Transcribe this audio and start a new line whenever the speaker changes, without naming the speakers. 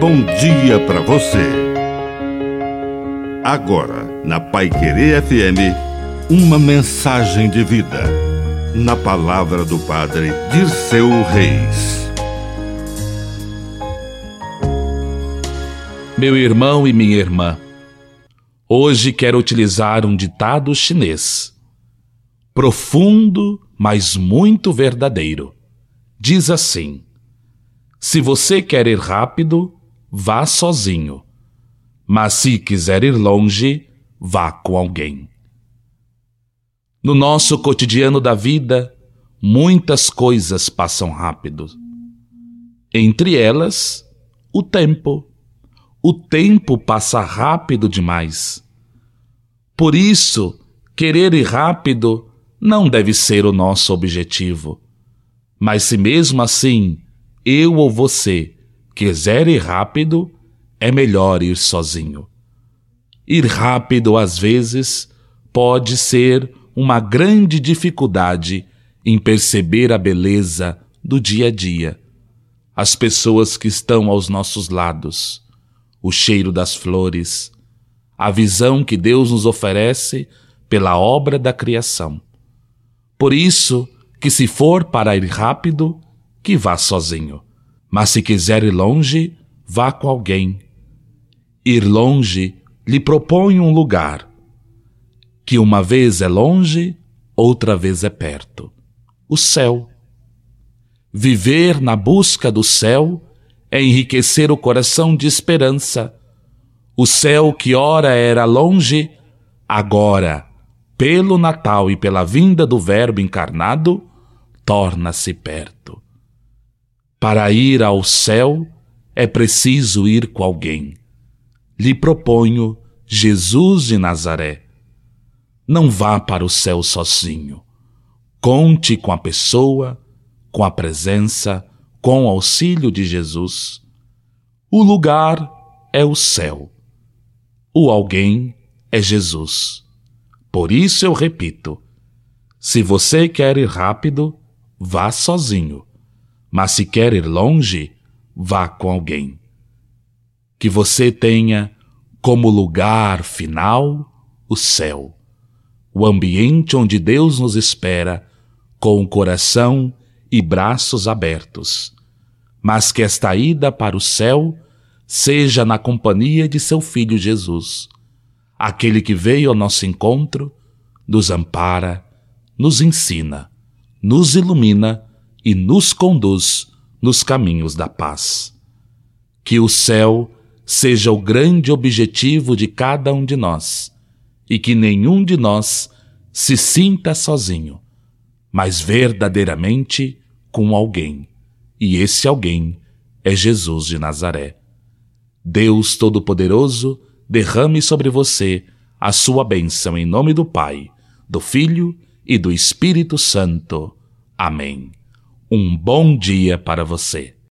bom dia para você. Agora, na Paiquerê FM, uma mensagem de vida. Na palavra do Padre Dirceu Reis.
Meu irmão e minha irmã, hoje quero utilizar um ditado chinês, profundo, mas muito verdadeiro. Diz assim: se você quer ir rápido, vá sozinho, mas se quiser ir longe, vá com alguém. No nosso cotidiano da vida, muitas coisas passam rápido. Entre elas, o tempo. O tempo passa rápido demais. Por isso, querer ir rápido não deve ser o nosso objetivo. Mas se mesmo assim, eu ou você quiser ir rápido, é melhor ir sozinho. Ir rápido, às vezes, pode ser uma grande dificuldade em perceber a beleza do dia a dia, as pessoas que estão aos nossos lados, o cheiro das flores, a visão que Deus nos oferece pela obra da criação. Por isso que se for para ir rápido, que vá sozinho. Mas se quiser ir longe, vá com alguém. Ir longe lhe propõe um lugar, que uma vez é longe, outra vez é perto. O céu. Viver na busca do céu é enriquecer o coração de esperança. O céu que ora era longe, agora, pelo Natal e pela vinda do Verbo encarnado, torna-se perto. Para ir ao céu, é preciso ir com alguém. Lhe proponho Jesus de Nazaré. Não vá para o céu sozinho. Conte com a pessoa, com a presença, com o auxílio de Jesus. O lugar é o céu. O alguém é Jesus. Por isso eu repito, se você quer ir rápido, vá sozinho. Mas se quer ir longe, vá com alguém. Que você tenha como lugar final o céu, o ambiente onde Deus nos espera, com o coração e braços abertos. Mas que esta ida para o céu seja na companhia de seu Filho Jesus, aquele que veio ao nosso encontro, nos ampara, nos ensina, nos ilumina e nos conduz nos caminhos da paz. Que o céu seja o grande objetivo de cada um de nós e que nenhum de nós se sinta sozinho, mas verdadeiramente com alguém. E esse alguém é Jesus de Nazaré. Deus Todo-Poderoso derrame sobre você a sua bênção em nome do Pai, do Filho e do Espírito Santo. Amém. Um bom dia para você.